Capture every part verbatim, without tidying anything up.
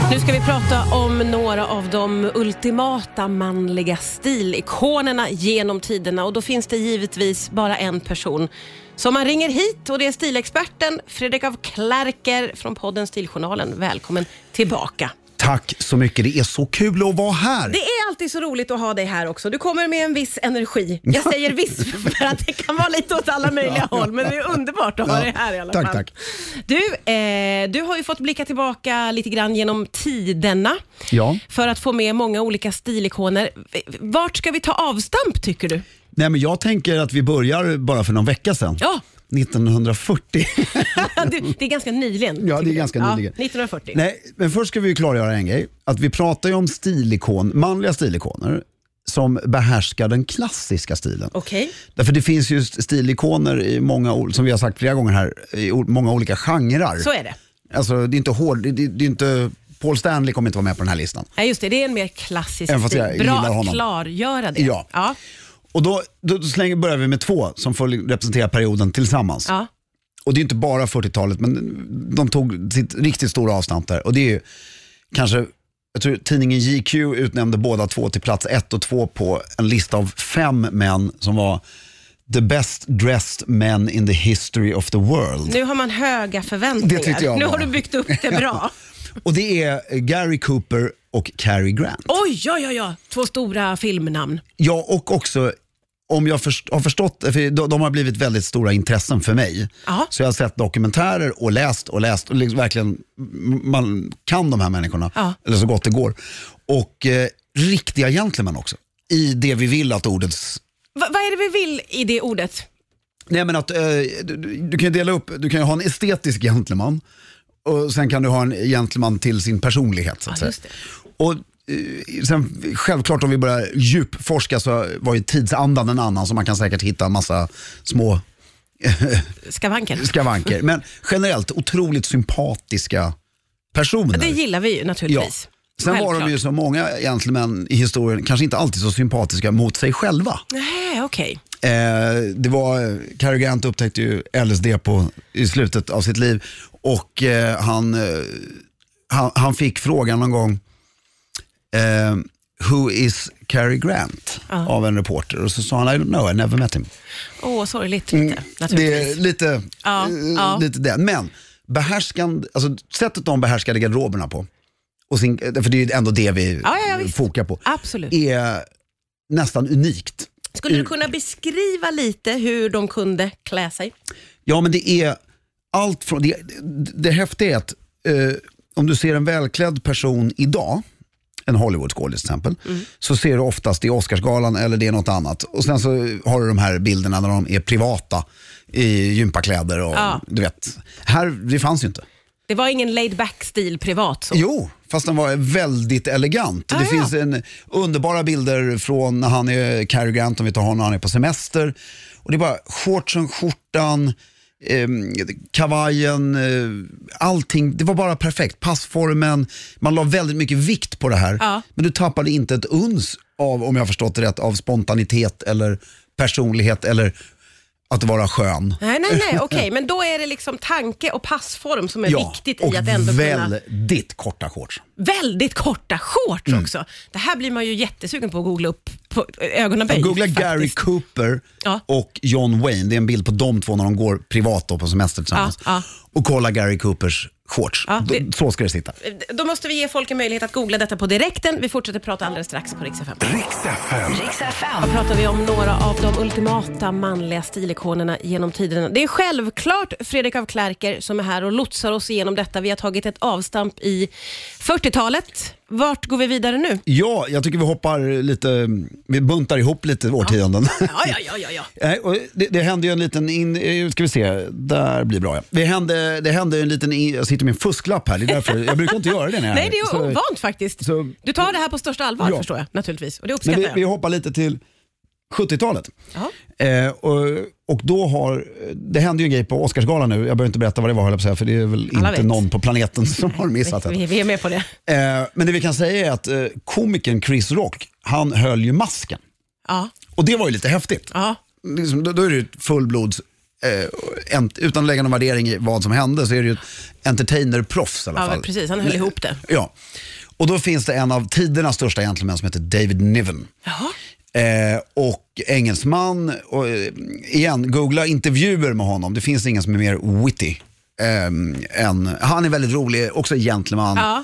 Nu ska vi prata om några av de ultimata manliga stilikonerna genom tiderna. Och då finns det givetvis bara en person som man ringer hit, och det är stilexperten Fredrik af Klerker från podden Stiljournalen. Välkommen tillbaka. Tack så mycket, det är så kul att vara här. Det är alltid så roligt att ha dig här också. Du kommer med en viss energi. Jag säger viss för att det kan vara lite åt alla möjliga håll, men det är underbart att ha Ja, dig här i alla tack, fall. Tack. Du, eh, du har ju fått blicka tillbaka lite grann genom tiderna, Ja. för att få med många olika stilikoner. Vart ska vi ta avstamp, tycker du? Nej, men jag tänker att vi börjar bara för någon vecka sedan. Ja. nittonhundrafyrtio. Det är ganska nyligen. Ja, det är ganska ja, nyligen. nittonhundrafyrtio. Nej, men först ska vi ju klargöra en grej. Att vi pratar ju om stilikon, manliga stilikoner som behärskar den klassiska stilen. Okej. Därför det finns ju stilikoner i många, som vi har sagt flera gånger här, i många olika genrer. Så är det. Alltså det är inte hård, det, det, det är inte, Paul Stanley kommer inte vara med på den här listan. Ja, just det. Det är en mer klassisk Även fast stil. jag Bra gillar att honom. klargöra det. Ja. Ja. Och då, då, då slänger, börjar vi med två som får representera perioden tillsammans. Ja. Och det är inte bara fyrtiotalet, men de tog sitt riktigt stora avstamp där. Och det är ju kanske, jag tror tidningen G Q utnämnde båda två till plats ett och två på en lista av fem män som var the best dressed men in the history of the world. Nu har man höga förväntningar. Det tyckte jag nu var. har du byggt upp det bra. Och det är Gary Cooper och Cary Grant. Oj, ja, ja, ja. Två stora filmnamn. Ja, och också, om jag först, har förstått, för de, de har blivit väldigt stora intressen för mig. Aha. Så jag har sett dokumentärer och läst och läst och liksom verkligen, man kan de här människorna, Ja. eller så gott det går. Och eh, riktiga gentlemen också, i det vi vill att ordets... Va, vad är det vi vill i det ordet? Nej, men att eh, du, du kan ju dela upp, du kan ju ha en estetisk gentleman och sen kan du ha en gentleman till sin personlighet, så att Ja, just säga. det. Och sen, självklart om vi börjar djupforska så var ju tidsandan en annan, så man kan säkert hitta en massa små Skavanker. skavanker. Men generellt otroligt sympatiska personer. Det gillar vi ju Ja. naturligtvis. Sen var de Självklart. ju så många gentlemen i historien, kanske inte alltid så sympatiska mot sig själva. Nej, okej. Eh, det var, Cary Grant upptäckte ju L S D på, i slutet av sitt liv, och eh, han, eh, han, han fick frågan någon gång, eh, who is Cary Grant? Ja. Av en reporter, och så sa han, I don't know, I never met him. Åh, sorgligt lite, Det naturligtvis. är lite, Ja, eh, ja. lite det. Men behärskande, alltså sättet de behärskade garderoberna på, och sin, för det är ju ändå det vi Ja, ja, ja, visst. fokar på, Absolut. är nästan unikt. Skulle du kunna beskriva lite hur de kunde klä sig? Ja, men det är allt från, det, det häftiga är att eh, om du ser en välklädd person idag, en Hollywoodskådis till exempel, Mm. så ser du oftast i Oscarsgalan eller det är något annat. Och sen så har du de här bilderna när de är privata i gympakläder och Ja. du vet. Här, det fanns ju inte. Det var ingen laid back stil privat så. Jo, fast den var väldigt elegant. Ah, det ja. finns en underbara bilder från när han är Cary Grant, om vi tar honom, han är på semester. Och det är bara shortsen, skjortan, eh, kavajen, eh, allting. Det var bara perfekt. Passformen, man la väldigt mycket vikt på det här. Ja. Men du tappade inte ett uns av, om jag har förstått det rätt, av spontanitet eller personlighet eller att vara skön. Nej, nej, nej, okej. Men då är det liksom tanke och passform som är viktigt och i att ändå kunna... väldigt korta shorts. Väldigt korta shorts Mm. också. Det här blir man ju jättesugen på att googla upp på ögonaböj. Googla faktiskt. Gary Cooper Ja. och John Wayne. Det är en bild på de två när de går privat då på semester tillsammans. Ja, ja. Och kolla Gary Coopers shorts. Ja, det- Då- Så ska det sitta. Då måste vi ge folk en möjlighet att googla detta på direkten. Vi fortsätter prata alldeles strax på Rix F M. Rix F M. Rix F M. Då pratar vi om några av de ultimata manliga stilikonerna genom tiderna. Det är självklart Fredrik af Klerker som är här och lotsar oss igenom detta. Vi har tagit ett avstamp i fyrtiotalet. Vart går vi vidare nu? Ja, jag tycker vi hoppar lite, vi buntar ihop lite årtionden. Ja, ja, ja, ja, ja. Nej, och det, det hände ju en liten, in, eh, ska vi se, där blir bra. Ja. Det, hände, det hände en liten, in, jag sitter med en fusklapp här, det är därför, jag brukar inte göra det när jag Nej, det är så- ovant faktiskt. så- Du tar det här på största allvar, Ja. förstår jag, naturligtvis. Och det Men uppskattar vi, vi jag. hoppar lite till sjuttiotalet. Jaha. Eh, och, och då har, det hände ju en grej på Oscarsgalan nu, jag behöver inte berätta vad det var, höll jag på att säga, för det är väl Alla inte vet. någon på planeten som har missat det. Vi, vi är med på det. Eh, men det vi kan säga är att eh, komikern Chris Rock, han höll ju masken. Ja, Och det var ju lite häftigt. ja. Liksom, då, då är det ju fullblods eh, ent, utan att lägga någon värdering i vad som hände, så är det ju ett entertainer-proffs i alla ja, fall. precis, han höll Nej, ihop det. Ja, och då finns det en av tidernas största gentlemen som heter David Niven. Jaha. Eh, och engelsman, och, eh, igen, googla intervjuer med honom. Det finns ingen som är mer witty eh, än, han är väldigt rolig, också gentleman. Ja.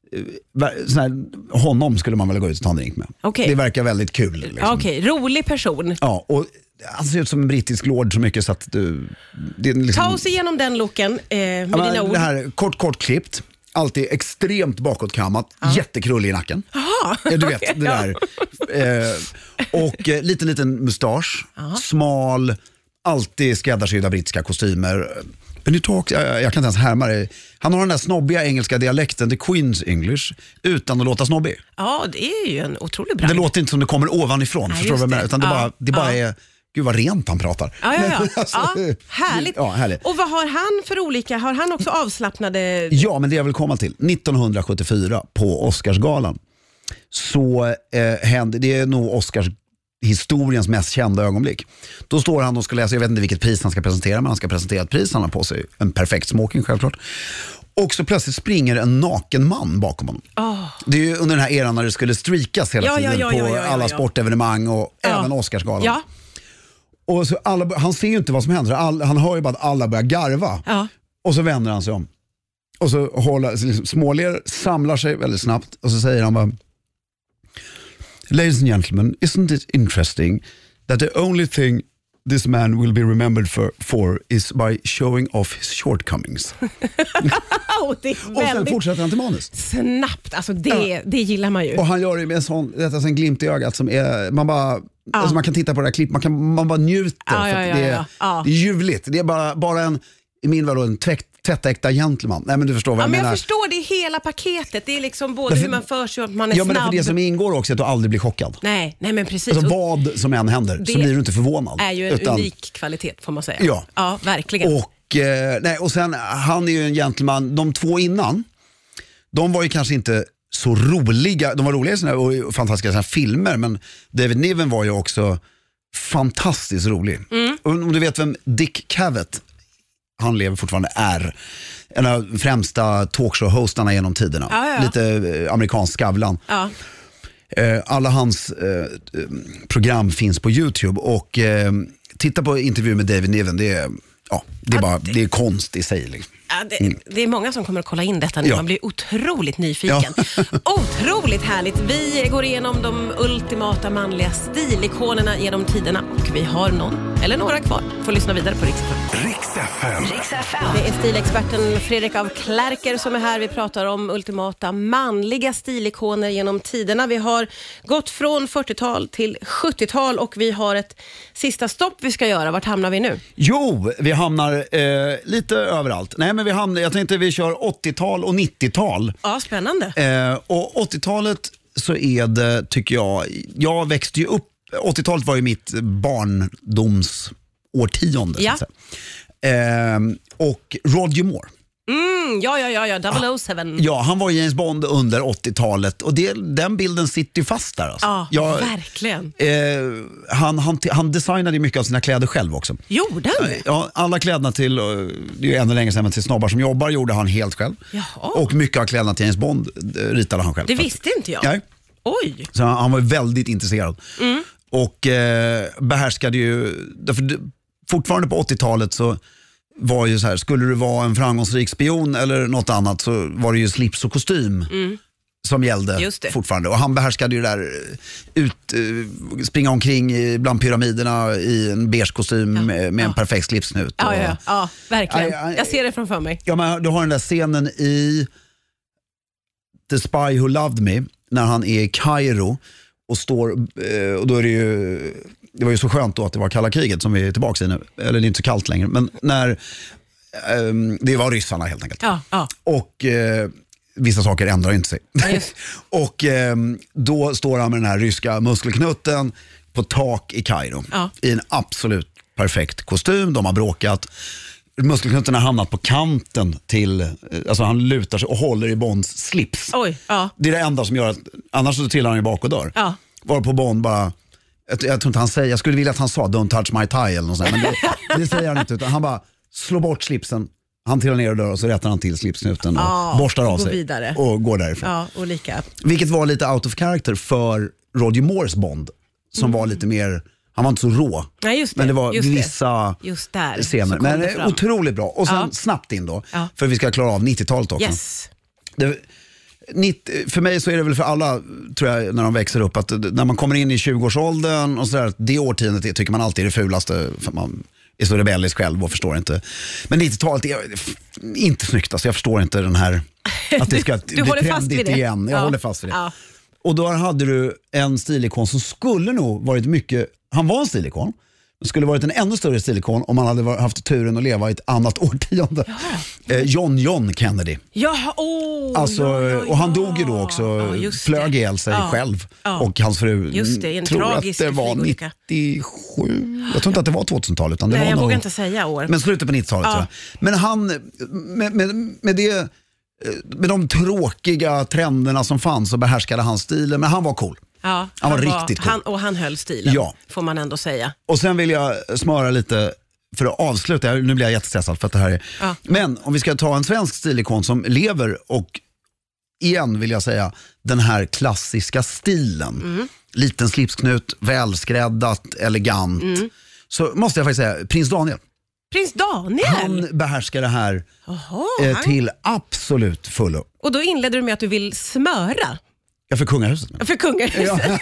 Sån här, honom skulle man väl gå ut och ta en drink med. Okay. Det verkar väldigt kul. Liksom. Okej, okay. Rolig person. Ja, och han ser ut som en brittisk lord så mycket så att du... Det är liksom, ta oss igenom den looken eh, med ja, dina ord. Det här, kort, kort klippt. Alltid extremt bakåtkammat. Ja. Jättekrullig i nacken. Aha. Ja, du vet, det där. Eh, och eh, liten, liten mustasch. Aha. Smal. Alltid skräddarsydda brittiska kostymer. Men du talk, jag, jag kan inte ens härma det. Han har den där snobbiga engelska dialekten, the Queen's English, utan att låta snobbig. Ja, det är ju en otrolig brand. Det låter inte som det kommer ovanifrån, Nej, förstår du vad jag menar? Utan det ja. bara, det bara ja. är, gud vad rent han pratar. Ja, ja, ja. alltså, ja härligt. Ja, härligt. Och vad har han för olika, har han också avslappnade... Ja, men det jag vill komma till. nittonhundrasjuttiofyra på Oscarsgalan så eh, hände, det är nog Oscars historiens mest kända ögonblick. Då står han och ska läsa, jag vet inte vilket pris han ska presentera, men han ska presentera ett pris, han har på sig en perfekt smoking självklart. Och så plötsligt springer en naken man bakom honom. Oh. Det är ju under den här eran när det skulle streakas hela ja, tiden ja, ja, på ja, ja, ja, alla ja. sportevenemang och ja. även Oscarsgalan. Ja. Och så alla, han ser ju inte vad som händer, all, han hör ju bara att alla börjar garva. Ja. Och så vänder han sig om. Och så håller, liksom, småler, samlar sig väldigt snabbt och så säger han bara: Ladies and gentlemen, isn't it interesting that the only thing this man will be remembered for, for is by showing off his shortcomings. oh, det är och sen fortsätter han till manus. Snabbt, alltså det, ja. det gillar man ju. Och han gör det med en sån, detta är en glimt i ögat som är, man bara, ja. alltså man kan titta på det här klippet, man, kan, man bara njuter ja, för ja, att ja, det, är, ja, ja. det är ljuvligt. Det är bara, bara en, i min värld, en tvätt, tvättäkta gentleman. Nej men du förstår vad ja, jag men menar. Jag förstår, det är hela paketet. Det är liksom både därför, hur man för sig och att man är ja, snabb. Ja men det som ingår också är att du aldrig blir chockad. Nej, nej men precis. Alltså vad som än händer så blir du inte förvånad. Det är ju en utan, unik kvalitet får man säga. Ja, ja verkligen. Och, eh, nej, och sen, han är ju en gentleman. De två innan, de var ju kanske inte så roliga. De var roliga i såna här, och fantastiska såna här filmer, men David Niven var ju också fantastiskt rolig. Mm. Om du vet vem Dick Cavett, han lever fortfarande, är en av de främsta talkshow-hostarna genom tiderna. Ja, ja. Lite eh, amerikansk Skavlan. Ja. Eh, alla hans eh, program finns på YouTube och eh, titta på intervju med David Niven. Det är, ja, det är, bara, det är konst i sig. Liksom. Ja, det, mm. det är många som kommer att kolla in detta nu. Ja. Man blir otroligt nyfiken. Ja. Otroligt härligt. Vi går igenom de ultimata manliga stilikonerna genom tiderna och vi har någon eller några kvar. Får lyssna vidare på Rix F M. Det är stilexperten Fredrik af Klerker som är här. Vi pratar om ultimata manliga stilikoner genom tiderna. Vi har gått från fyrtiotal till sjuttiotal och vi har ett sista stopp vi ska göra. Vart hamnar vi nu? Jo, vi hamnar eh, lite överallt. Nej, men vi hamnar, jag tänkte vi kör åttiotal och nittiotal. Ja, spännande. Eh, och åttiotalet så är det, tycker jag, jag växte ju upp, åttiotalet var ju mitt barndomsårtionde. Ja. Så att säga. Eh, och Roger Moore. Mm, ja, ja, ja, ja, double oh seven. Ja, han var James Bond under åttiotalet och det, den bilden sitter ju fast där. Alltså. Ja, jag, verkligen. Eh, han, han, han designade ju mycket av sina kläder själv också. Gjorde han det? Ja, alla kläderna till, det är ju ännu längre sedan, men till snobbar som jobbar gjorde han helt själv. Jaha. Och mycket av kläderna till James Bond ritade han själv. Det visste inte jag. Nej. Oj. Så han, han var väldigt intresserad. Mm. Och eh, behärskade ju, därför, fortfarande på åttiotalet så var ju så här, skulle du vara en framgångsrik spion eller något annat så var det ju slips och kostym mm. som gällde fortfarande. Och han behärskade ju där ut, springa omkring bland pyramiderna i en beige kostym ja. med, med ja. en perfekt slipsnut. Ja, ja, ja. ja verkligen. Aj, aj, jag ser det framför mig. Ja, men du har den där scenen i The Spy Who Loved Me när han är i Kairo och står, och då är det ju, det var ju så skönt då att det var kalla kriget som vi är tillbaka i nu, eller det är inte så kallt längre, men när um, det var ryssarna helt enkelt. Ja, ja. Och uh, vissa saker ändrar inte sig. Ja, och um, då står han med den här ryska muskelknutten på tak i Kairo ja. i en absolut perfekt kostym. De har bråkat. Muskelknutten har hamnat på kanten till, alltså han lutar sig och håller i Bonds slips. Oj, ja. Det är det enda som gör att, annars så trillar han ju bak och dör. Ja. Var på Bond bara, jag, jag tror inte han säger, jag skulle vilja att han sa don't touch my tie eller något sånt, men det, det säger han inte, utan han bara slår bort slipsen. Han trillar ner och dör och så rättar han till slipsknuten och ja, borstar av och sig vidare. och går därifrån. Ja, och lika. Vilket var lite out of character för Roger Moores Bond, som mm. var lite mer, han var inte så rå. Nej, just det, men det var just vissa det. Just där, scener. Men otroligt bra. Och sen ja. snabbt in då, ja. för vi ska klara av nittiotalet också. Yes. Det, för mig så är det väl för alla, tror jag, när de växer upp, att när man kommer in i tjugoårsåldern och sådär, det årtiondet tycker man alltid är det fulaste, för man är så rebellisk själv och förstår inte. Men nittiotalet är inte snyggt, alltså jag förstår inte den här, att det ska du, du bli trendigt igen. Jag ja. håller fast vid det. Ja. Och då hade du en stilikon som skulle nog varit mycket, han var en stilikon, men skulle varit en ännu större stilikon om han hade haft turen att leva i ett annat årtionde. Ja. Eh, John John Kennedy. Ja, oh, alltså, ja, ja, och han dog ju då också, ja, flög ihjäl sig ja. själv. Ja. Och hans fru, just det, en tror att det var nittiosju. Jag tror inte att det var tvåtusentalet. Utan det Nej, var jag nog, vågar inte säga år. Men slutet på nittiotalet. Ja. Men han, med, med, med det, med de tråkiga trenderna som fanns, så behärskade han stilen. Men han var cool. Ja, han, han var, var riktigt cool. Han, och han höll stilen, ja. får man ändå säga. Och sen vill jag smöra lite för att avsluta. Nu blir jag jättestressad för att det här är... Ja. Men om vi ska ta en svensk stilikon som lever, och igen vill jag säga, den här klassiska stilen. Mm. Liten slipsknut, välskräddat, elegant. Mm. Så måste jag faktiskt säga, Prins Daniel. Prins Daniel? Han behärskar det här Aha, eh, till absolut fullo. Och då inledde du med att du vill smöra. Ja, för kungahuset. För kungahuset. Ja.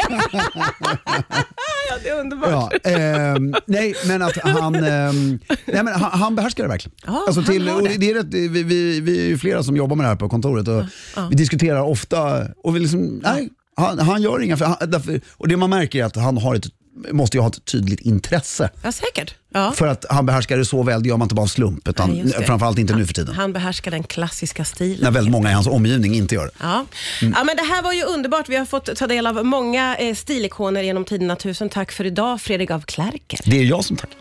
Ja, det är underbart. Ja, eh, nej, men att han, eh, nej, men han, han behärskar det verkligen. Ja, alltså till, det. Och det är rätt, vi, vi, vi är ju flera som jobbar med det här på kontoret och ja, ja. vi diskuterar ofta och vi liksom, nej, han, han gör inga, för han, därför, och det man märker är att han har ett, måste ju ha ett tydligt intresse. Ja, säkert. Ja. För att han behärskar det så väl, det gör man inte bara en slump, utan ja, framförallt inte han, nu för tiden. Han behärskar den klassiska stilen. När väldigt många i hans omgivning inte gör det. Ja. Mm. Ja, men det här var ju underbart. Vi har fått ta del av många eh, stilikoner genom tiderna. Tusen tack för idag, Fredrik af Klerker. Det är jag som tack.